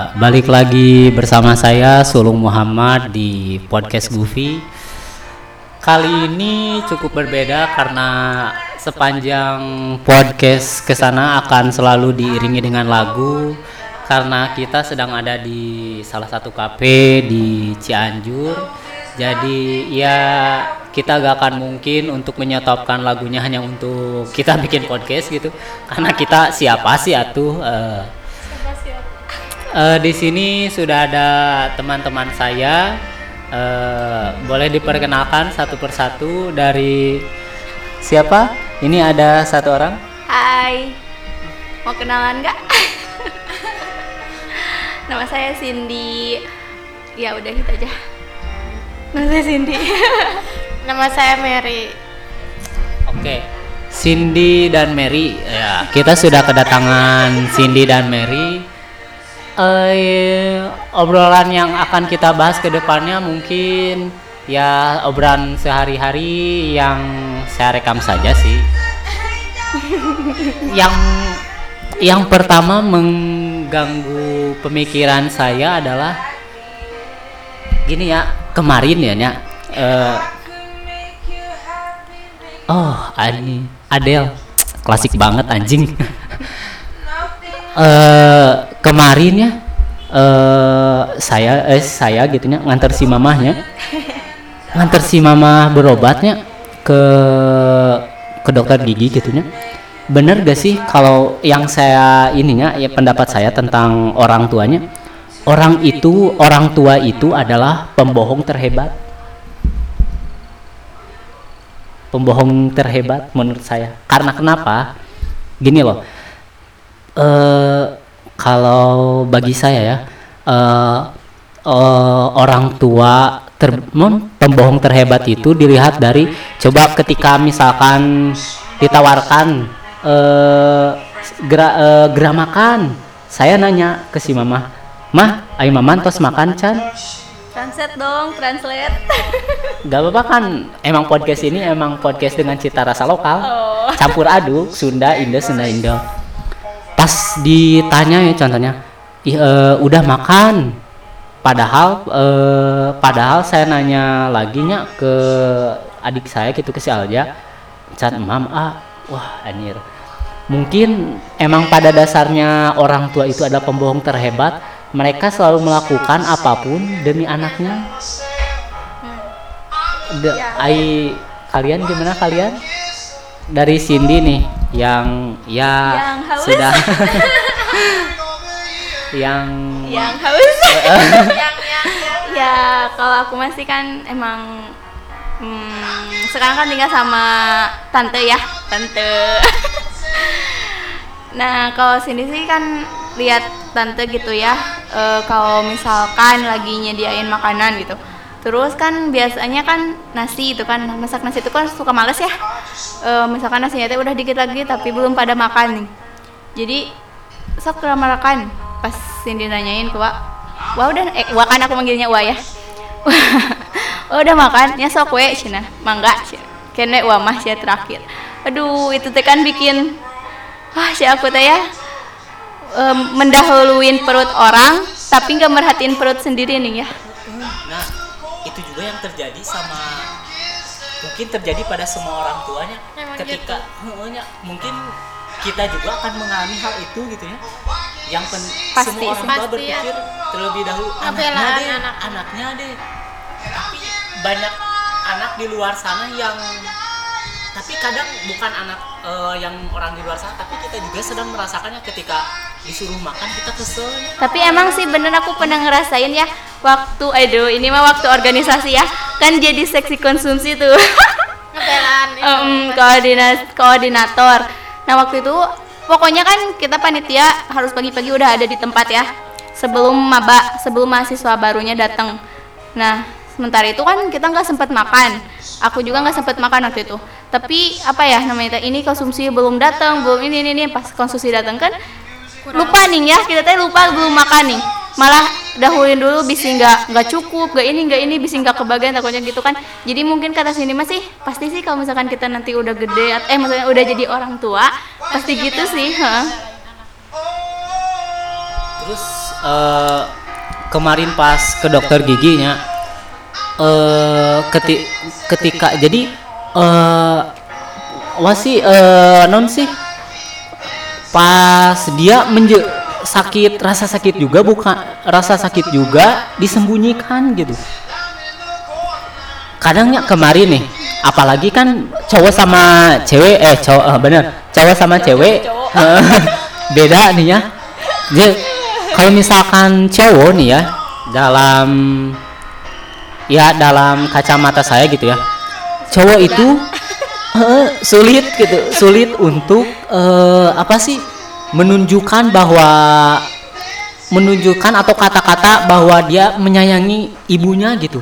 balik lagi bersama saya Sulung Muhammad di podcast Goofy. Kali ini cukup berbeda karena sepanjang podcast kesana akan selalu diiringi dengan lagu. Karena kita sedang ada di salah satu kafe di Cianjur. Jadi ya kita gak akan mungkin untuk menyetopkan lagunya hanya untuk kita bikin podcast gitu. Karena kita siapa sih atuh? Di sini sudah ada teman-teman saya. Boleh diperkenalkan satu persatu dari siapa? Ini ada satu orang. Hai, mau kenalan nggak? Nama saya Cindy. Ya udah gitu aja. Nama saya Cindy. Nama saya Mary. Oke, Cindy dan Mary. Ya, kita sudah kedatangan Cindy dan Mary. Obrolan yang akan kita bahas ke depannya mungkin ya obrolan sehari-hari yang saya rekam saja sih. Yang pertama mengganggu pemikiran saya adalah gini ya, kemarin ya Nya. Ini Adele klasik banget anjing. Kemarin ya saya gitunya nganter si mamah berobatnya ke dokter gigi gitunya. Bener gak sih kalau yang saya ininya ya pendapat saya tentang orang tuanya, orang tua itu adalah pembohong terhebat menurut saya. Karena kenapa? Gini loh. Kalau bagi saya ya, orang tua pembohong terhebat itu dilihat dari coba ketika misalkan ditawarkan gerak makan, saya nanya ke si mama, ayo mama tos makan can. Translate dong, translate. Gak apa-apa kan, emang podcast ini emang podcast dengan cita rasa lokal, campur aduk Sunda Indo. Pas ditanya ya contohnya, udah makan, padahal saya nanya laginya ke adik saya gitu, ke si Alja, can wah anjir, mungkin emang pada dasarnya orang tua itu adalah pembohong terhebat. Mereka selalu melakukan apapun demi anaknya. Kalian gimana kalian? Dari Cindy nih yang sudah yang haus. Ya kalau aku masih kan emang sekarang kan tinggal sama tante. Nah kalau sini sih kan lihat tante gitu ya, kalau misalkan lagi nyediain makanan gitu, terus kan biasanya kan nasi itu kan, masak nasi itu kan suka males ya, misalkan nasinya udah dikit lagi tapi belum pada makan nih, jadi sok makan. Pas Cindy nanyain ke Wah udah, kan aku manggilnya Wah ya. Udah makan, ya sok we cina, mangga kene Wah mah sih terakhir. Aduh itu teh kan bikin si aku teh ya mendahuluin perut orang tapi nggak merhatiin perut sendiri nih ya. Nah itu juga yang terjadi mungkin terjadi pada semua orang tuanya. Emang ketika gitu. Mungkin kita juga akan mengalami hal itu gitu ya, yang semua orang tua berpikir ya, terlebih dahulu anaknya deh. Tapi banyak anak di luar sana yang tapi kadang bukan anak yang orang di luar sana, tapi kita juga sedang merasakannya ketika disuruh makan kita kesel. Tapi emang sih bener aku pernah ngerasain ya waktu ini mah waktu organisasi ya, kan jadi seksi konsumsi tuh. Koordinator. Nah waktu itu pokoknya kan kita panitia harus pagi-pagi udah ada di tempat ya, sebelum mahasiswa barunya datang. Nah sementara itu kan kita nggak sempat makan, aku juga nggak sempat makan waktu itu. Tapi ini konsumsi belum datang, belum ini pas konsumsi datang kan lupa nih ya, kita lupa belum makan nih, malah dahuluin dulu bisa nggak cukup, nggak ini bisa nggak kebagian takutnya gitu kan. Jadi mungkin kata sini masih pasti sih kalau misalkan kita nanti udah gede maksudnya udah jadi orang tua pasti gitu sih. Terus eh, kemarin pas ke dokter giginya, ketika jadi non sih pas dia rasa sakit juga, bukan rasa sakit juga disembunyikan gitu. Kadangnya kemarin nih, apalagi kan cowok sama cewek, cowok sama cewek beda nih ya. Jadi kalau misalkan cowok nih ya, dalam kacamata saya gitu ya, cowok itu sulit untuk menunjukkan atau kata-kata bahwa dia menyayangi ibunya gitu.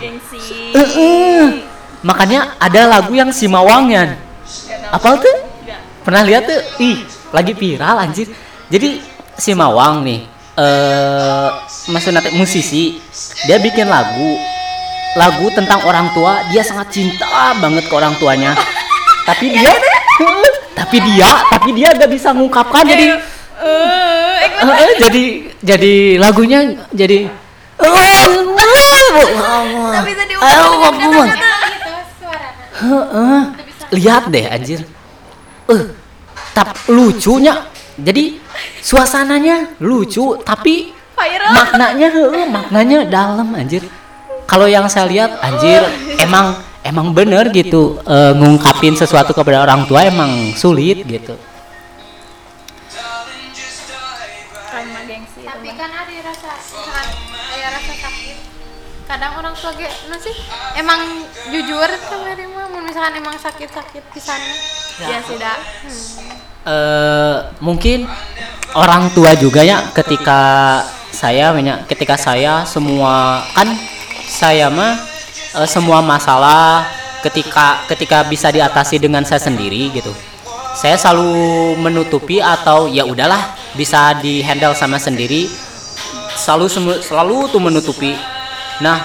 Makanya ada lagu yang Simawangyan. Apa tuh? Pernah lihat tuh? Lagi viral anjir. Jadi Simawang nih, maksudnya musisi, dia bikin lagu tentang orang tua. Dia sangat cinta banget ke orang tuanya. Tapi dia gak bisa mengungkapkan, jadi lagunya jadi Tapi bisa diungkapkan lihat deh anjir. Lucunya. Jadi suasananya lucu tapi maknanya dalam anjir. Kalau yang saya lihat anjir, emang bener gitu, ngungkapin sesuatu kepada orang tua emang sulit gitu. Tapi kan ada rasa sakit. Kadang orang tua sih emang jujur sama dia mah, misalkan emang sakit pisannya. Ya sudah. Mungkin orang tua juga ya, ketika saya semua kan saya mah semua masalah ketika bisa diatasi dengan saya sendiri gitu. Saya selalu menutupi atau ya udahlah bisa dihandle sama sendiri. Selalu tuh menutupi. Nah,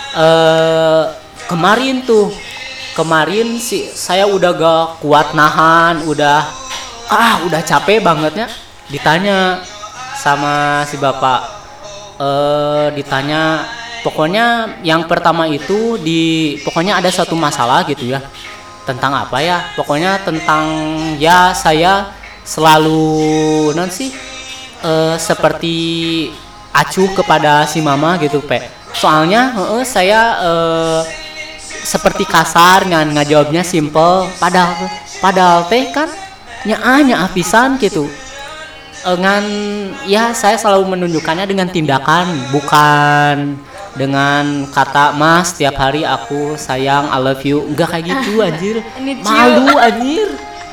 kemarin sih saya udah gak kuat nahan, udah capek bangetnya. Ditanya sama si bapak, ditanya, pokoknya yang pertama itu pokoknya ada satu masalah gitu ya. Tentang apa ya? Pokoknya tentang ya saya selalu seperti acuh kepada si mama gitu, soalnya saya seperti kasar ngajawabnya simple, padahal teh kan nyaa pisan gitu. Ya saya selalu menunjukkannya dengan tindakan, bukan dengan kata mas tiap hari aku sayang, I love you, enggak kayak gitu anjir. Malu anjir.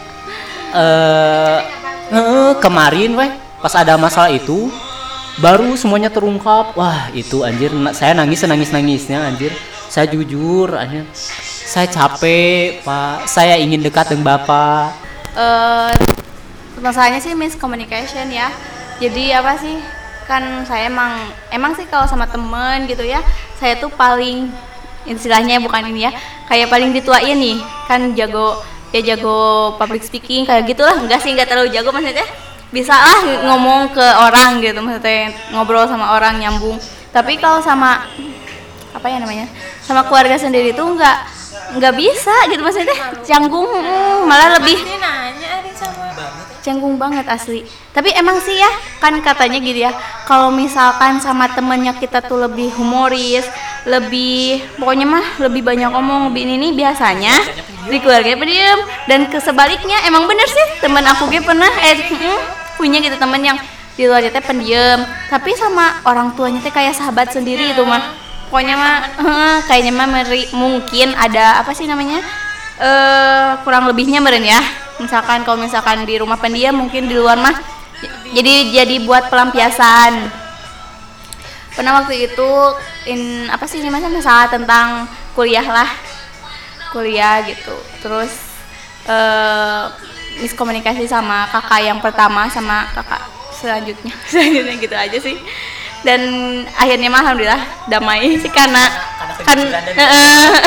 Kemarin pas ada masalah itu baru semuanya terungkap. Wah itu anjir, saya nangisnya anjir. Saya jujur anjir, saya capek pak, saya ingin dekat dengan bapak. Masalahnya sih miscommunication ya. Jadi apa sih, kan saya emang sih kalau sama temen gitu ya, saya tuh paling istilahnya bukan ini ya, kayak paling dituain nih, kan jago public speaking kayak gitulah. Enggak terlalu jago, maksudnya bisa lah ngomong ke orang gitu, maksudnya ngobrol sama orang nyambung. Tapi kalau sama sama keluarga sendiri tuh nggak bisa gitu, maksudnya canggung, malah lebih canggung banget asli. Tapi emang sih ya, kan katanya gitu ya, kalau misalkan sama temennya kita tuh lebih humoris, pokoknya mah lebih banyak ngomong, lebih ini biasanya di keluarga pendiam. Dan kesebaliknya emang bener sih, temen aku pernah punya gitu temen yang di luar teh pendiam, tapi sama orang tuanya teh kayak sahabat sendiri itu mah. Pokoknya mah kayaknya mah mungkin ada kurang lebihnya meren ya. Kalau misalkan di rumah pendiam, mungkin di luar mah jadi buat pelampiasan. Pernah waktu itu masalah tentang kuliah gitu. Terus miskomunikasi sama kakak yang pertama sama kakak selanjutnya gitu aja sih. Dan akhirnya mah alhamdulillah damai sih, karena kan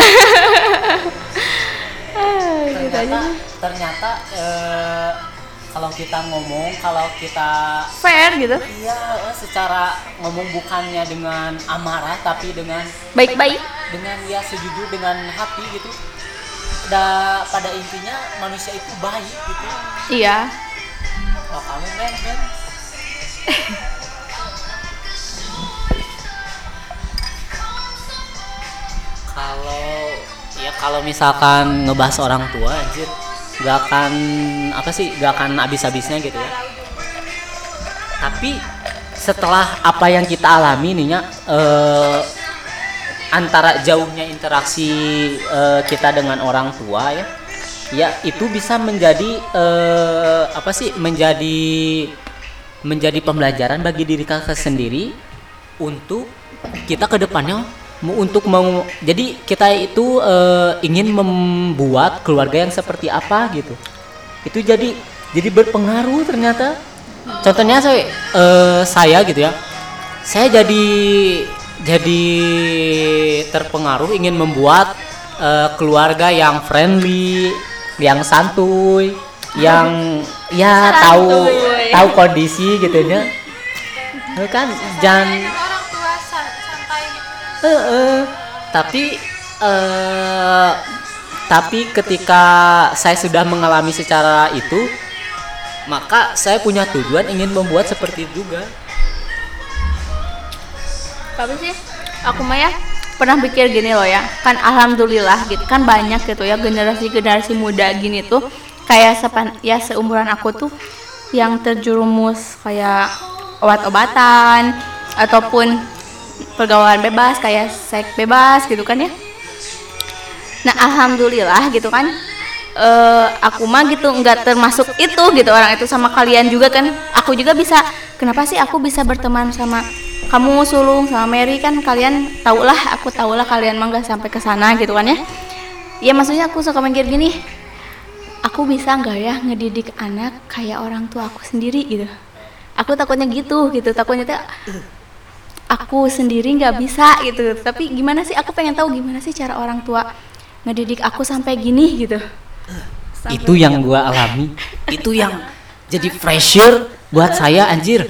ternyata kalau kita ngomong, kalau kita fair gitu, iya secara ngomong bukannya dengan amarah tapi dengan baik-baik. dengan ya sejujur dengan hati gitu. Pada intinya manusia itu baik gitu. Iya. Oh kamu men. Kalau misalkan ngebahas orang tua anjir gak akan habis-habisnya gitu ya. Tapi setelah apa yang kita alami nih antara jauhnya interaksi kita dengan orang tua ya itu bisa menjadi menjadi pembelajaran bagi diri kita sendiri untuk kita ke depannya jadi kita itu ingin membuat keluarga yang seperti apa gitu. Itu jadi berpengaruh ternyata. Contohnya saya gitu ya. Saya jadi terpengaruh ingin membuat keluarga yang friendly, yang santuy, yang ya tahu kondisi gitu ya. Kan jangan orang tua santai gitu. Tapi ketika saya sudah mengalami secara itu, maka saya punya tujuan ingin membuat seperti itu juga. Tapi sih aku mah ya pernah pikir gini loh ya, kan alhamdulillah gitu kan banyak gitu ya generasi muda gini tuh kayak seumuran aku tuh yang terjerumus kayak obat-obatan ataupun pergaulan bebas kayak seks bebas gitu kan ya. Nah alhamdulillah gitu kan aku mah gitu nggak termasuk itu gitu orang itu sama kalian juga kan. Aku juga bisa, kenapa sih aku bisa berteman sama kamu Sulung sama Mary kan kalian aku tahulah kalian mah nggak sampai ke sana gitu kan ya. Ya maksudnya aku suka mikir gini, aku bisa nggak ya ngedidik anak kayak orang tua aku sendiri gitu. Aku takutnya gitu takutnya tuh aku sendiri nggak bisa gitu. Tapi gimana sih, aku pengen tahu gimana sih cara orang tua ngedidik aku sampai gini gitu. Itu yang gua alami. Itu yang jadi pressure buat saya anjir.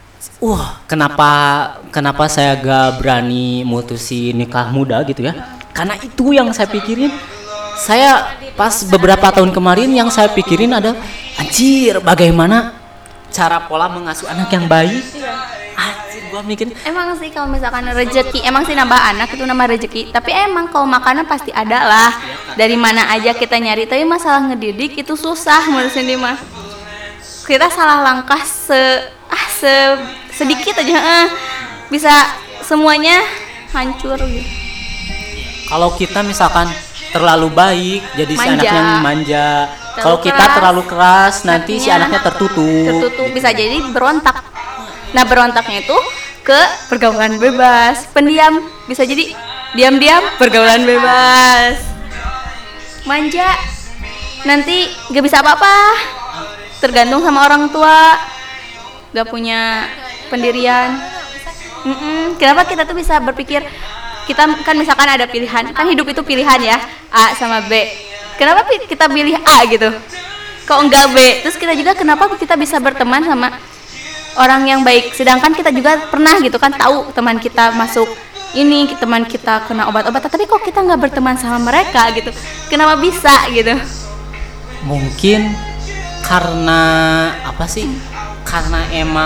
Kenapa saya gak berani mutusin nikah muda gitu ya? Karena itu yang saya pikirin. Saya pas beberapa tahun kemarin yang saya pikirin ada anjir bagaimana cara pola mengasuh anak yang baik. Gua mikir emang sih kalau misalkan rezeki emang sih nambah anak itu nama rezeki, tapi emang kalau makanan pasti ada lah dari mana aja kita nyari. Tapi masalah ngedidik itu susah menurut Cindy mah. Kita salah langkah sedikit aja bisa semuanya hancur gitu. Kalau kita misalkan terlalu baik jadi si anaknya manja. Kalau kita terlalu keras nanti si anaknya tertutup bisa jadi berontak. Nah berontaknya itu ke pergaulan bebas, pendiam, bisa jadi diam-diam pergaulan bebas, manja, nanti gak bisa apa-apa, tergantung sama orang tua, gak punya pendirian. Kenapa kita tuh bisa berpikir, kita kan misalkan ada pilihan, kan hidup itu pilihan ya, A sama B. Kenapa kita pilih A gitu, kok enggak B? Terus kita juga kenapa kita bisa berteman sama orang yang baik, sedangkan kita juga pernah gitu kan tahu teman kita masuk ini, teman kita kena obat-obatan, tapi kok kita nggak berteman sama mereka gitu, kenapa bisa gitu? Mungkin karena apa sih? Karena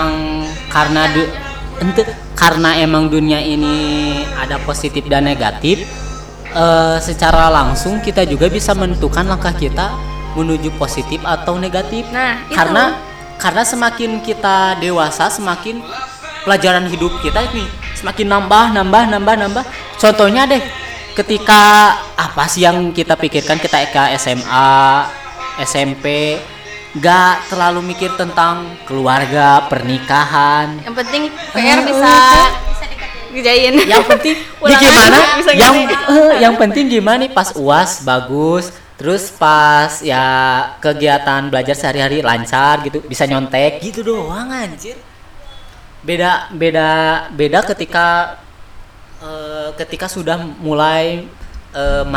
emang dunia ini ada positif dan negatif. Secara langsung kita juga bisa menentukan langkah kita menuju positif atau negatif. Nah, itu. Karena semakin kita dewasa, semakin pelajaran hidup kita ini semakin nambah. Contohnya deh, ketika apa sih yang kita pikirkan kita ke SMA, SMP, gak terlalu mikir tentang keluarga, pernikahan. Yang penting PR bisa dikerjain. Yang penting yang penting gimana nih pas UAS bagus. Terus pas ya kegiatan belajar sehari-hari lancar gitu, bisa nyontek gitu doang anjir. Beda ketika sudah mulai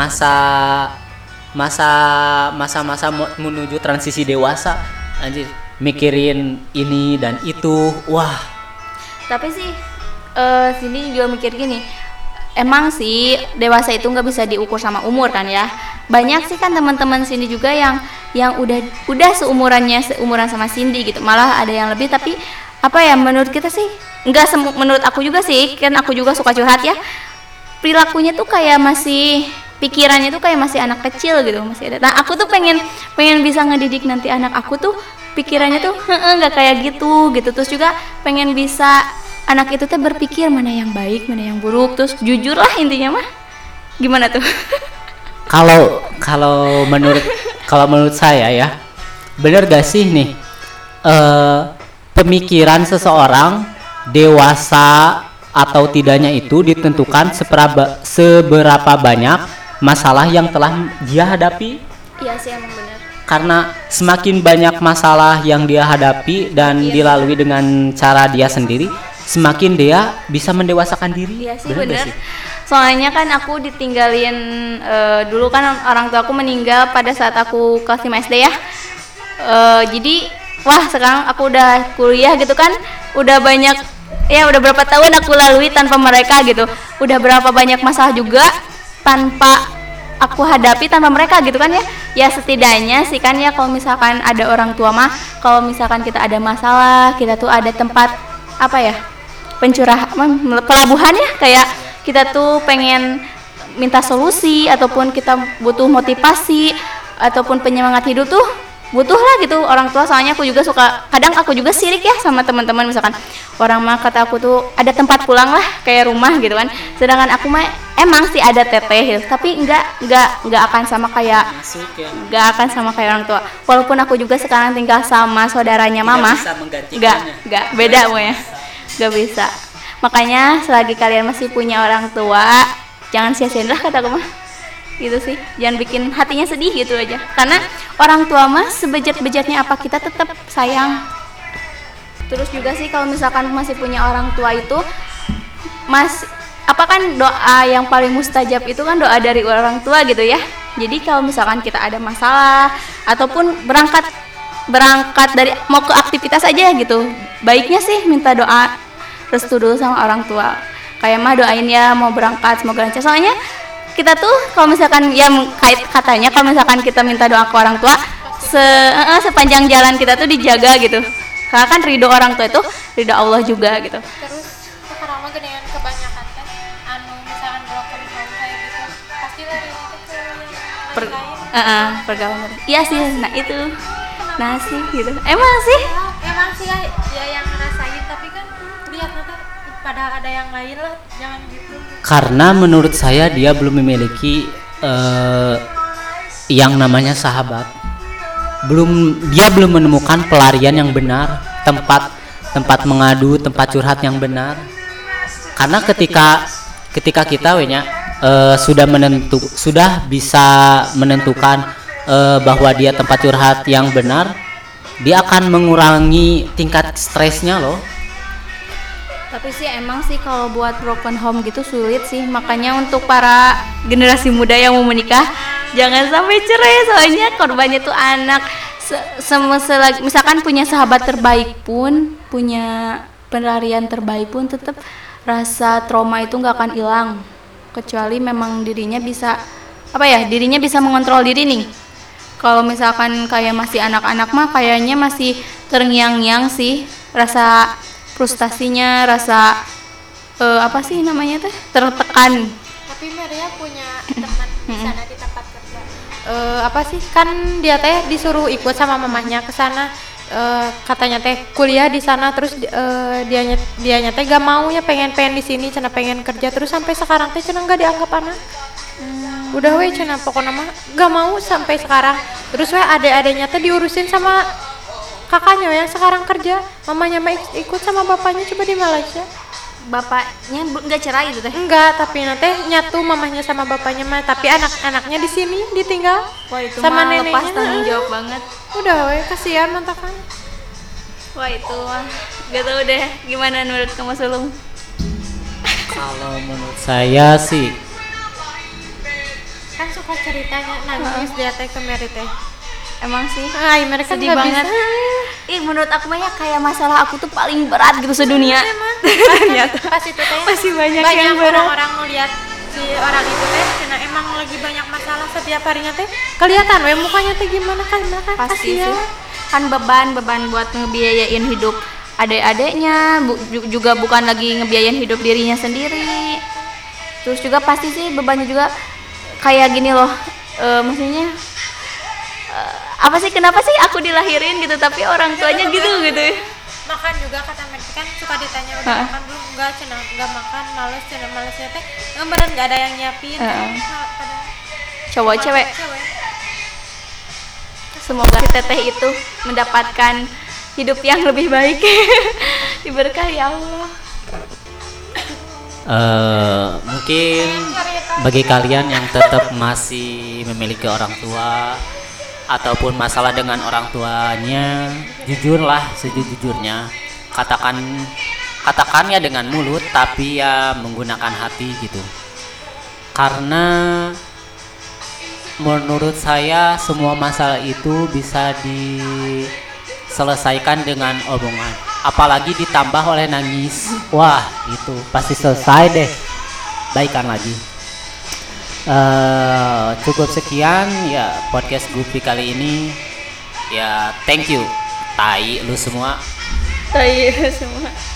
masa menuju transisi dewasa anjir. mikirin ini dan itu. Wah, Tapi sih sini juga mikir gini, emang sih dewasa itu nggak bisa diukur sama umur kan ya. Banyak sih kan teman-teman Cindy juga yang udah seumuran sama Cindy gitu. Malah ada yang lebih, tapi apa ya, menurut kita sih menurut aku juga sih, kan aku juga suka curhat ya. Perilakunya tuh kayak masih, pikirannya tuh kayak masih anak kecil gitu, masih ada. Nah, aku tuh pengen bisa ngedidik nanti anak aku tuh pikirannya tuh nggak kayak gitu. Terus juga pengen bisa anak itu tuh berpikir mana yang baik, mana yang buruk, terus jujur lah intinya mah. Gimana tuh? Kalau menurut saya ya, bener gak sih nih pemikiran seseorang dewasa atau tidaknya itu ditentukan seberapa banyak masalah yang telah dia hadapi. Iya sih, emang bener. Karena semakin banyak masalah yang dia hadapi dan dilalui dengan cara dia sendiri, semakin dia bisa mendewasakan diri. Iya sih, bener. Soalnya kan aku ditinggalin dulu kan orang tua aku meninggal pada saat aku kelas 5 SD ya. Jadi wah, sekarang aku udah kuliah gitu kan, udah banyak ya, udah berapa tahun aku lalui tanpa mereka gitu. Udah berapa banyak masalah juga tanpa aku hadapi tanpa mereka gitu kan ya. Ya setidaknya sih kan ya, kalau misalkan ada orang tua mah, kalau misalkan kita ada masalah, kita tuh ada tempat apa ya, pelabuhan ya, kayak kita tuh pengen minta solusi ataupun kita butuh motivasi ataupun penyemangat hidup tuh butuh lah gitu orang tua. Soalnya aku juga kadang aku juga sirik ya sama teman-teman, misalkan orang mah kata aku tuh ada tempat pulang lah kayak rumah gitu kan, sedangkan aku mah emang sih ada teteh gitu, tapi nggak akan sama kayak orang tua. Walaupun aku juga sekarang tinggal sama saudaranya mama, nggak beda pokoknya, nggak bisa. Makanya selagi kalian masih punya orang tua, jangan sia-siain lah kata aku mah gitu sih, jangan bikin hatinya sedih gitu aja. Karena orang tua mah sebejat-bejatnya apa, kita tetap sayang. Terus juga sih kalau misalkan masih punya orang tua itu kan doa yang paling mustajab itu kan doa dari orang tua gitu ya. Jadi kalau misalkan kita ada masalah ataupun berangkat dari mau ke aktivitas aja gitu, baiknya sih minta doa restu dulu sama orang tua. Kayak mah doain ya mau berangkat semoga lancar. Soalnya kita tuh kalau misalkan ya katanya kalau misalkan kita minta doa ke orang tua, sepanjang jalan kita tuh dijaga gitu. Karena kan ridho orang tua itu ridho Allah juga gitu. Terus sekarang mah gedean kebanyakan kan misalkan broken home kayak gitu, pasti lari ke yang lain. Pergaulan. Iya sih, nah itu. Nah sih gitu. Emang sih ya yang ngerasain, tapi kan lihat nanti pada ada yang lain lah, jangan gitu. Karena menurut saya dia belum memiliki yang namanya sahabat. Dia belum menemukan pelarian yang benar, tempat mengadu, tempat curhat yang benar. Karena ketika kita sudah bisa menentukan bahwa dia tempat curhat yang benar, dia akan mengurangi tingkat stresnya loh. Tapi sih emang sih kalau buat broken home gitu sulit sih. Makanya untuk para generasi muda yang mau menikah, jangan sampai cerai, soalnya korbannya tuh anak. Misalkan punya sahabat terbaik pun, punya pelarian terbaik pun, tetap rasa trauma itu nggak akan hilang kecuali memang dirinya bisa mengontrol diri nih. Kalau misalkan kayak masih anak-anak mah kayaknya masih terngiang-ngiang sih, rasa frustasinya, rasa tertekan. Tapi Maria punya teman di sana di tempat kerja. Kan dia teh disuruh ikut sama mamahnya ke sana. Katanya teh kuliah di sana, terus dianya teh gak mau ya, pengen di sini, cenah pengen kerja, terus sampai sekarang teh cenah gak dianggap anak. Udah we cenah pokoknya mah gak mau sampai sekarang. Terus we adek-adeknya teh diurusin sama kakaknya yang sekarang kerja, mamanya mah ikut sama bapaknya coba di Malaysia. Bapaknya nggak cerai gitu teh? Enggak, tapi nanti nyatu mamahnya sama bapaknya mah, tapi anak-anaknya di sini ditinggal. Wah itu sama mah neneknya. lepas tanggung jawab banget. Udah we, kasihan mantakan. Wah itu mah gak tau deh gimana menurut kamu Sulung. Kalau menurut saya sih Kan suka ceritanya nangis dia teh ke Mary teh. Emang sih Mereka sedih nggak banget. bisa. menurut aku mah ya kayak masalah aku tuh paling berat gitu sedunia. Ternyata Pas itu teh masih banyak yang berat. orang-orang ngeliat si orang itu teh karena emang lagi banyak masalah setiap harinya teh kelihatan we mukanya teh gimana kan Pasti kasihan. sih kan beban buat ngebiayain hidup adik-adiknya juga bukan lagi ngebiayain hidup dirinya sendiri. Terus juga pasti sih bebannya juga kayak gini loh, maksudnya apa sih, kenapa sih aku dilahirin gitu tapi orang tuanya gitu. Makan juga kata mereka kan suka ditanya udah makan belum, enggak makan, malesnya teh beneran nggak ada yang nyiapin. Pada Cowok cewek semoga si teteh itu mendapatkan hidup yang lebih baik. Diberkahi Allah. Mungkin bagi kalian yang tetap masih memiliki orang tua ataupun masalah dengan orang tuanya, jujurlah sejujurnya, katakan ya dengan mulut tapi ya menggunakan hati gitu. Karena menurut saya semua masalah itu bisa diselesaikan dengan omongan, apalagi ditambah oleh nangis. Wah, itu pasti selesai deh, baikan lagi. Cukup sekian ya podcast Gupi kali ini. Ya, thank you. Tai lu semua. Tai semua.